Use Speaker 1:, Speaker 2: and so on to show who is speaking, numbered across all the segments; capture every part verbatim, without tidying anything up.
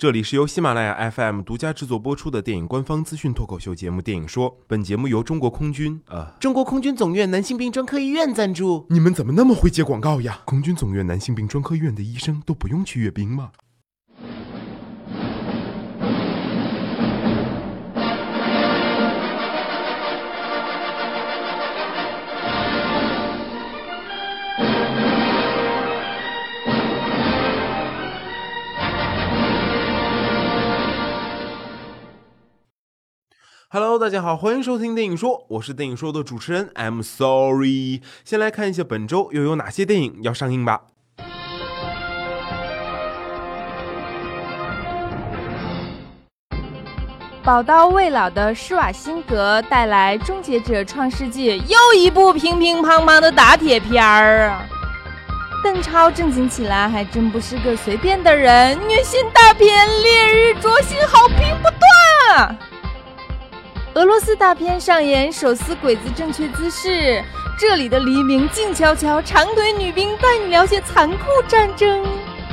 Speaker 1: 这里是由喜马拉雅 F M 独家制作播出的电影官方资讯脱口秀节目《电影说》。本节目由中国空军呃，
Speaker 2: 中国空军总院男性病专科医院赞助。
Speaker 1: 你们怎么那么会接广告呀？空军总院男性病专科医院的医生都不用去阅兵吗？Hello， 大家好，欢迎收听电影说，我是电影说的主持人 I'm sorry。先来看一下本周又有哪些电影要上映吧。
Speaker 3: 宝刀未老的施瓦辛格带来《终结者创世纪》又一部乒乒乓乓的打铁片儿啊！邓超正经起来还真不是个随便的人，虐心大片烈日灼心，好评不断啊！俄罗斯大片上演手撕鬼子正确姿势，这里的黎明静悄悄，长腿女兵带你了解残酷战争。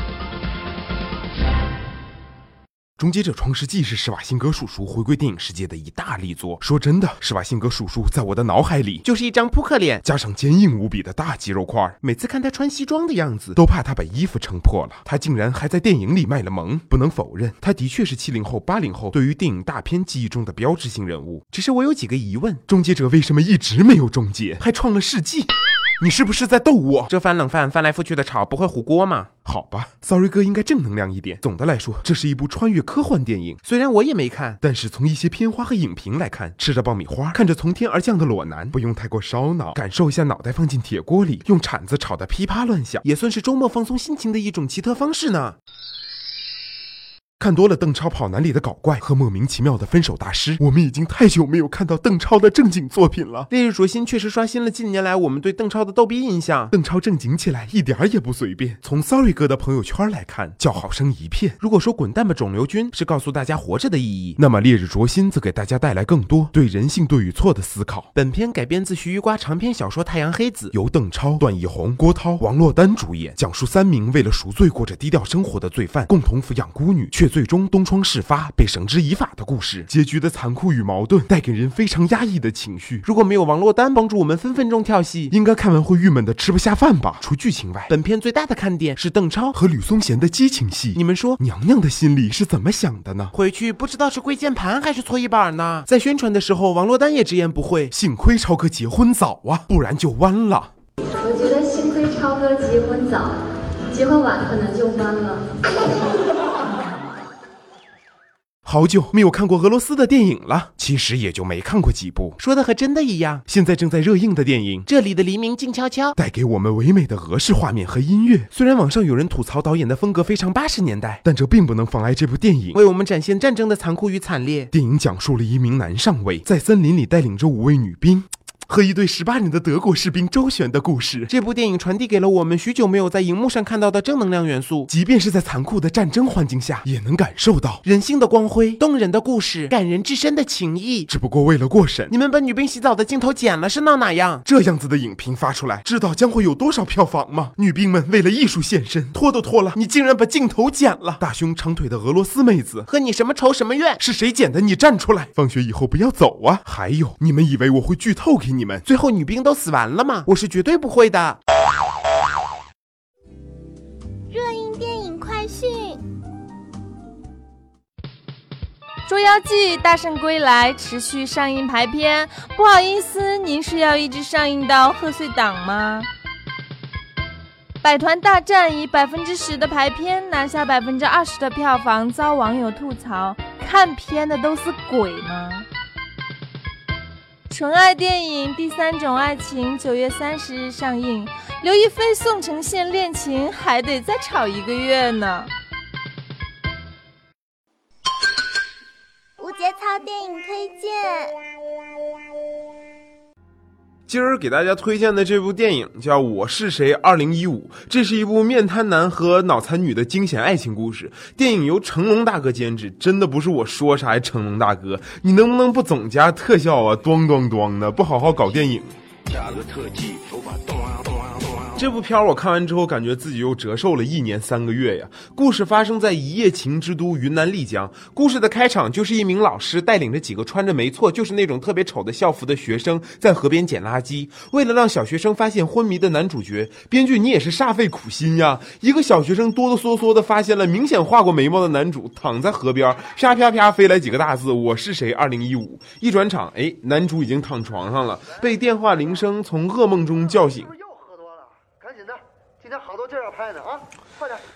Speaker 1: 终结者创世纪是施瓦辛格叔叔回归电影世界的一大力作。说真的，施瓦辛格叔叔在我的脑海里
Speaker 2: 就是一张扑克脸，
Speaker 1: 加上坚硬无比的大肌肉块。每次看他穿西装的样子，都怕他把衣服撑破了。他竟然还在电影里卖了萌。不能否认，他的确是七零后、八零后对于电影大片记忆中的标志性人物。只是我有几个疑问：终结者为什么一直没有终结，还创了世纪？你是不是在逗我？
Speaker 2: 这翻冷饭翻来覆去的炒，不会糊锅吗？
Speaker 1: 好吧 ，Sorry 哥应该正能量一点。总的来说，这是一部穿越科幻电影。
Speaker 2: 虽然我也没看，
Speaker 1: 但是从一些片花和影评来看，吃着爆米花，看着从天而降的裸男，不用太过烧脑，感受一下脑袋放进铁锅里，用铲子炒得噼啪乱响，
Speaker 2: 也算是周末放松心情的一种奇特方式呢。
Speaker 1: 看多了邓超跑男里的搞怪和莫名其妙的分手大师，我们已经太久没有看到邓超的正经作品了。
Speaker 2: 烈日灼心确实刷新了近年来我们对邓超的逗逼印象。
Speaker 1: 邓超正经起来一点也不随便。从 Sorry 哥的朋友圈来看，叫好声一片。如果说滚蛋吧肿瘤君是告诉大家活着的意义，那么烈日灼心则给大家带来更多对人性对与错的思考。
Speaker 2: 本片改编自徐玉瓜长篇小说《太阳黑子》，
Speaker 1: 由邓超、段奕宏、郭涛、王珞丹主演，讲述三名为了赎罪过着低调生活的罪犯共同抚养孤女，却最终东窗事发，被绳之以法的故事。结局的残酷与矛盾带给人非常压抑的情绪。
Speaker 2: 如果没有王珞丹帮助我们分分钟跳戏，
Speaker 1: 应该看完会郁闷的吃不下饭吧。除剧情外，
Speaker 2: 本片最大的看点是邓超
Speaker 1: 和吕松贤的激情戏。你们说娘娘的心里是怎么想的呢？
Speaker 2: 回去不知道是跪键盘还是搓衣板呢。在宣传的时候，王珞丹也直言不讳，
Speaker 1: 幸亏超哥结婚早啊，不然就弯了。
Speaker 4: 我觉得幸亏超哥结婚早，结婚晚可能就弯了。
Speaker 1: 好久没有看过俄罗斯的电影了，其实也就没看过几部。
Speaker 2: 说的和真的一样。
Speaker 1: 现在正在热映的电影《
Speaker 2: 这里的黎明静悄悄》，
Speaker 1: 带给我们唯美的俄式画面和音乐。
Speaker 2: 虽然网上有人吐槽导演的风格非常八十年代，
Speaker 1: 但这并不能妨碍这部电影
Speaker 2: 为我们展现战争的残酷与惨烈。
Speaker 1: 电影讲述了一名男上尉在森林里带领着五位女兵和一队十八人的德国士兵周旋的故事。
Speaker 2: 这部电影传递给了我们许久没有在荧幕上看到的正能量元素，
Speaker 1: 即便是在残酷的战争环境下，也能感受到
Speaker 2: 人性的光辉、动人的故事、感人至深的情谊。
Speaker 1: 只不过为了过审，
Speaker 2: 你们把女兵洗澡的镜头剪了是闹哪样？
Speaker 1: 这样子的影评发出来，知道将会有多少票房吗？女兵们为了艺术献身，拖都拖了，你竟然把镜头剪了。大胸长腿的俄罗斯妹子，
Speaker 2: 和你什么仇什么怨？
Speaker 1: 是谁剪的？你站出来！放学以后不要走啊！还有，你们以为我会剧透给你们？
Speaker 2: 最后女兵都死完了吗？我是绝对不会的。
Speaker 5: 热映电影快讯：
Speaker 3: 捉妖记大圣归来持续上映排片，不好意思，您是要一直上映到贺岁档吗？百团大战以百分之十的排片拿下百分之二十的票房，遭网友吐槽：看片的都是鬼吗？纯爱电影《第三种爱情》九月三十日上映，刘亦菲宋承宪恋情还得再吵一个月呢。
Speaker 5: 无节操电影推荐。
Speaker 1: 今儿给大家推荐的这部电影叫《我是谁二零一五》，这是一部面瘫男和脑残女的惊险爱情故事。电影由成龙大哥监制，真的不是我说啥，成龙大哥，你能不能不总加特效啊？咣咣咣的，不好好搞电影。加个特技，头发咚啊咚啊咚啊这部片儿我看完之后，感觉自己又折寿了一年三个月呀。故事发生在一夜情之都云南丽江。故事的开场就是一名老师带领着几个穿着没错就是那种特别丑的校服的学生在河边捡垃圾。为了让小学生发现昏迷的男主角，编剧你也是煞费苦心呀。一个小学生哆哆嗦嗦的发现了明显画过眉毛的男主躺在河边，啪啪啪飞来几个大字：我是谁二零一五。一转场，哎，男主已经躺床上了，被电话铃声从噩梦中叫醒。
Speaker 6: 赶紧的，今天好多地儿要拍呢啊，快点！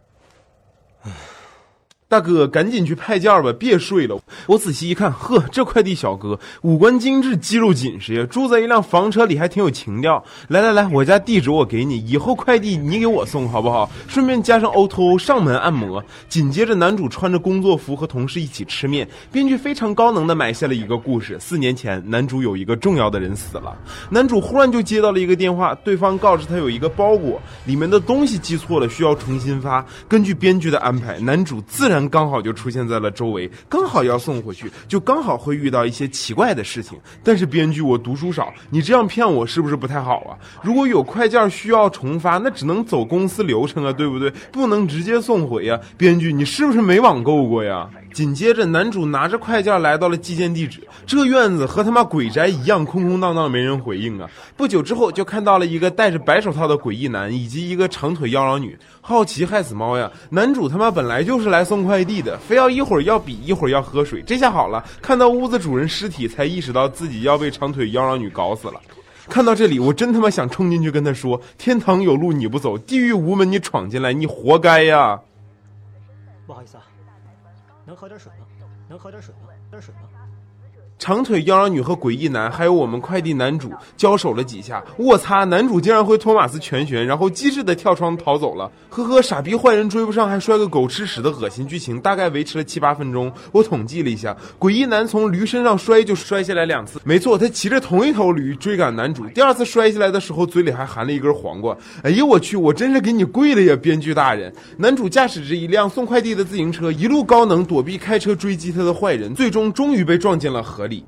Speaker 1: 大哥，赶紧去派件吧，别睡了。我仔细一看，呵，这快递小哥五官精致，肌肉紧实呀，住在一辆房车里还挺有情调。来来来，我家地址我给你，以后快递你给我送好不好？顺便加上 O to O 上门按摩。紧接着，男主穿着工作服和同事一起吃面。编剧非常高能的埋下了一个故事：四年前，男主有一个重要的人死了。男主忽然就接到了一个电话，对方告知他有一个包裹，里面的东西寄错了，需要重新发。根据编剧的安排，男主自然刚好就出现在了周围，刚好要送回去，就刚好会遇到一些奇怪的事情。但是编剧，我读书少，你这样骗我是不是不太好啊？如果有快件需要重发，那只能走公司流程啊，对不对？不能直接送回啊。编剧，你是不是没网购过呀？紧接着，男主拿着快件来到了寄件地址，这院子和他妈鬼宅一样空空荡荡，没人回应啊。不久之后，就看到了一个戴着白手套的诡异男，以及一个长腿妖娆女。好奇害死猫呀！男主他妈本来就是来送快递的，非要一会儿要笔，一会儿要喝水。这下好了，看到屋子主人尸体，才意识到自己要被长腿妖娆女搞死了。看到这里，我真他妈想冲进去跟他说：天堂有路你不走，地狱无门你闯进来，你活该呀！
Speaker 7: 不好意思啊，能喝点水吗？能喝点水吗？点水吗？
Speaker 1: 长腿妖娆女和诡异男还有我们快递男主交手了几下，我擦，男主竟然会托马斯全旋，然后机智的跳窗逃走了。呵呵，傻逼坏人追不上还摔个狗吃屎的恶心剧情大概维持了七八分钟。我统计了一下，诡异男从驴身上摔就摔下来两次，没错，他骑着同一头驴追赶男主。第二次摔下来的时候嘴里还含了一根黄瓜。哎呀我去，我真是给你跪了呀，编剧大人。男主驾驶着一辆送快递的自行车，一路高能躲避开车追击他的坏人，最终终于被撞进了河里。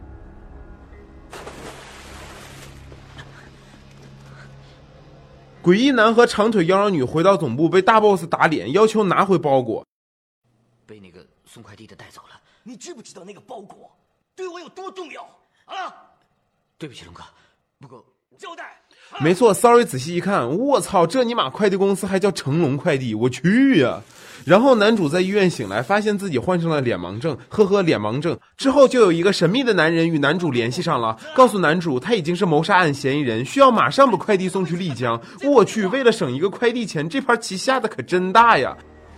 Speaker 1: 诡异男和长腿妖娆女回到总部，被大 boss 打脸，要求拿回包裹。
Speaker 8: 被那个送快递的带走了。你知不知道那个包裹对我有多重要啊？对不起，龙哥，不过交代。
Speaker 1: 没错 ，sorry， 仔细一看，我操，这尼玛快递公司还叫成龙快递，我去呀！然后男主在医院醒来，发现自己患上了脸盲症，呵呵，脸盲症。之后就有一个神秘的男人与男主联系上了，告诉男主他已经是谋杀案嫌疑人，需要马上把快递送去丽江。我去，为了省一个快递钱，这盘棋下的可真大呀！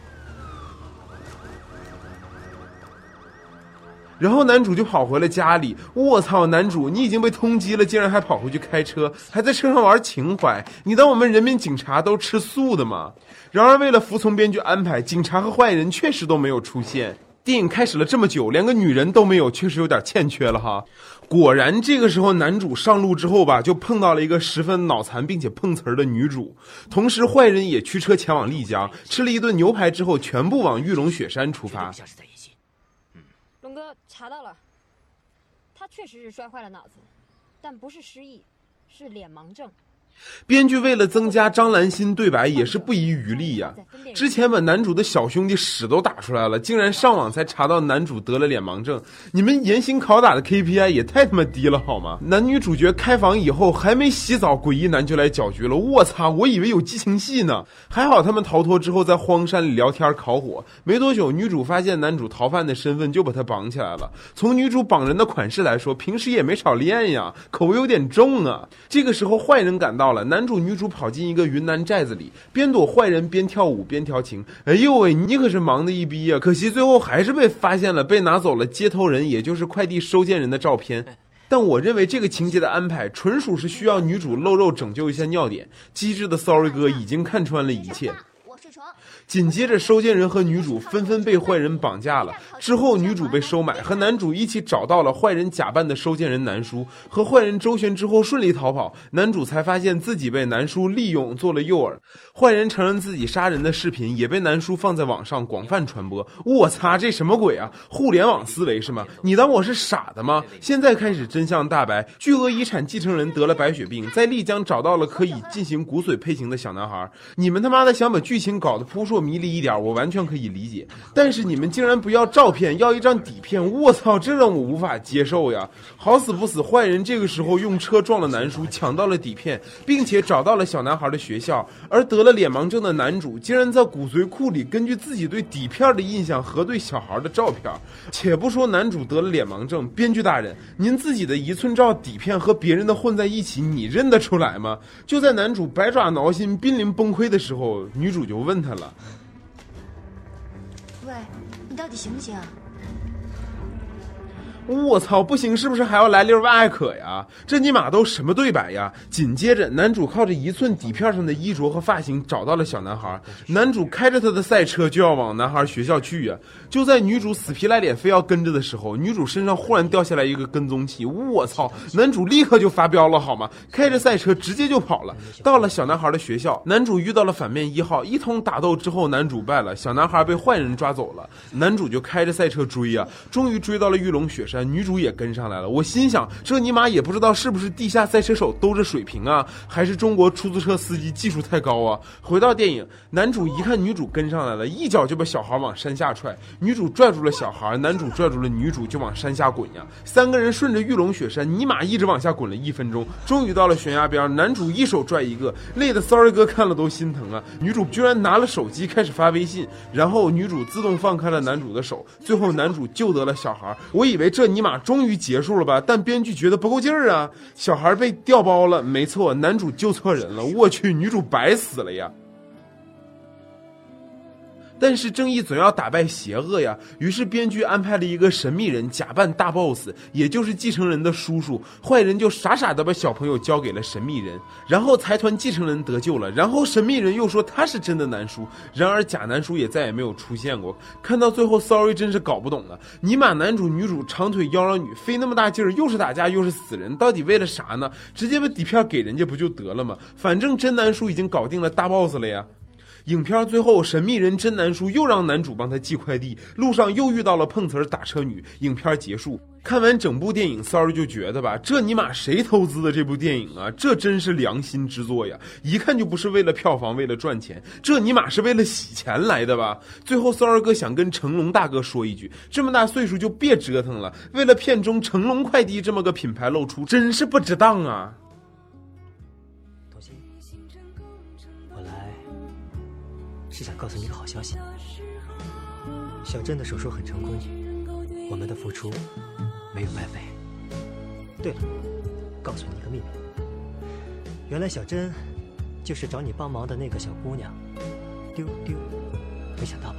Speaker 1: 然后男主就跑回了家里，我操，男主你已经被通缉了，竟然还跑回去开车，还在车上玩情怀，你当我们人民警察都吃素的吗？然而为了服从编剧安排，警察和坏人确实都没有出现。电影开始了这么久，连个女人都没有，确实有点欠缺了哈。果然这个时候男主上路之后吧，就碰到了一个十分脑残并且碰瓷儿的女主，同时坏人也驱车前往丽江，吃了一顿牛排之后，全部往玉龙雪山出发。
Speaker 9: 龙哥查到了，他确实是摔坏了脑子，但不是失忆，是脸盲症。
Speaker 1: 编剧为了增加张兰心对白也是不遗余力呀、啊。之前把男主的小兄弟屎都打出来了，竟然上网才查到男主得了脸盲症。你们严刑拷打的 K P I 也太他妈低了好吗？男女主角开房以后还没洗澡，诡异男就来搅局了。我操，我以为有激情戏呢。还好他们逃脱之后在荒山里聊天烤火，没多久女主发现男主逃犯的身份，就把他绑起来了。从女主绑人的款式来说，平时也没少练呀，口味有点重啊。这个时候坏人赶到了，男主女主跑进一个云南寨子里，边躲坏人边跳舞边调情。哎呦喂，你可是忙的一逼呀！可惜最后还是被发现了，被拿走了接头人，也就是快递收件人的照片。但我认为这个情节的安排纯属是需要女主露肉拯救一下尿点。机智的 sorry 哥已经看穿了一切。 紧接着收件人和女主纷纷被坏人绑架了，之后女主被收买，和男主一起找到了坏人假扮的收件人南叔，和坏人周旋之后顺利逃跑，男主才发现自己被南叔利用做了诱饵，坏人承认自己杀人的视频也被南叔放在网上广泛传播。我擦，这什么鬼啊？互联网思维是吗？你当我是傻的吗？现在开始真相大白，巨额遗产继承人得了白血病，在丽江找到了可以进行骨髓配型的小男孩。你们他妈的想把剧情搞得扑朔迷离一点，我完全可以理解，但是你们竟然不要照片，要一张底片，我操，这让我无法接受呀！好死不死，坏人这个时候用车撞了南叔，抢到了底片，并且找到了小男孩的学校，而得了脸盲症的男主竟然在骨髓库里根据自己对底片的印象核对小孩的照片。且不说男主得了脸盲症，编剧大人，您自己的一寸照底片和别人的混在一起，你认得出来吗？就在男主百爪挠心濒临崩溃的时候，女主就问他了，
Speaker 10: 喂，你到底行不行啊？
Speaker 1: 我操，不行是不是还要来溜万艾可呀？这尼玛都什么对白呀？紧接着男主靠着一寸底片上的衣着和发型找到了小男孩，男主开着他的赛车就要往男孩学校去呀。就在女主死皮赖脸非要跟着的时候，女主身上忽然掉下来一个跟踪器，我操，男主立刻就发飙了好吗？开着赛车直接就跑了。到了小男孩的学校，男主遇到了反面一号，一通打斗之后男主败了，小男孩被坏人抓走了，男主就开着赛车追呀，终于追到了玉龙雪山，女主也跟上来了。我心想，这尼玛也不知道是不是地下赛车手兜着水平啊，还是中国出租车司机技术太高啊。回到电影，男主一看女主跟上来了，一脚就把小孩往山下踹，女主拽住了小孩，男主拽住了女主就往山下滚呀。三个人顺着玉龙雪山尼玛一直往下滚了一分钟，终于到了悬崖边，男主一手拽一个，累得骚儿哥看了都心疼啊。女主居然拿了手机开始发微信，然后女主自动放开了男主的手，最后男主救得了小孩。我以为这尼玛终于结束了吧，但编剧觉得不够劲儿啊，小孩被调包了，没错，男主救错人了，我去，女主白死了呀。但是正义总要打败邪恶呀，于是编剧安排了一个神秘人假扮大 boss， 也就是继承人的叔叔，坏人就傻傻的把小朋友交给了神秘人，然后财团继承人得救了，然后神秘人又说他是真的南叔，然而假南叔也再也没有出现过。看到最后 sorry 真是搞不懂了，尼玛男主女主长腿妖娆女费那么大劲儿，又是打架又是死人，到底为了啥呢？直接把底片给人家不就得了吗？反正真南叔已经搞定了大 boss 了呀。影片最后，神秘人真南叔又让男主帮他寄快递，路上又遇到了碰瓷儿打车女。影片结束，看完整部电影 ，Sorry 就觉得吧，这尼玛谁投资的这部电影啊？这真是良心之作呀！一看就不是为了票房，为了赚钱，这尼玛是为了洗钱来的吧？最后 Sorry 哥想跟成龙大哥说一句：这么大岁数就别折腾了，为了片中成龙快递这么个品牌露出，真是不值当啊！
Speaker 7: 是想告诉你个好消息，小珍的手术很成功，我们的付出没有白费。对了，告诉你一个秘密，原来小珍就是找你帮忙的那个小姑娘，丢丢，没想到吧？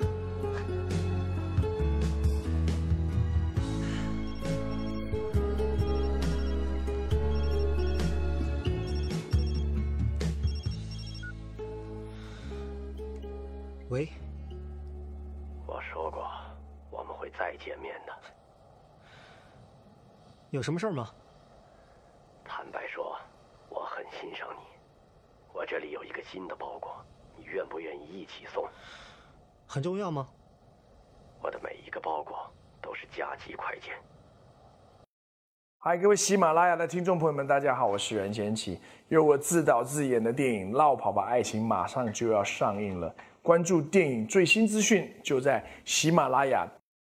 Speaker 7: 喂，
Speaker 11: 我说过我们会再见面的。
Speaker 7: 有什么事吗？
Speaker 11: 坦白说，我很欣赏你。我这里有一个新的包裹，你愿不愿意一起送？
Speaker 7: 很重要吗？
Speaker 11: 我的每一个包裹都是加急快件。
Speaker 12: 嗨，各位喜马拉雅的听众朋友们，大家好，我是任贤齐。由我自导自演的电影《绕跑吧爱情》马上就要上映了。关注电影最新资讯，就在喜马拉雅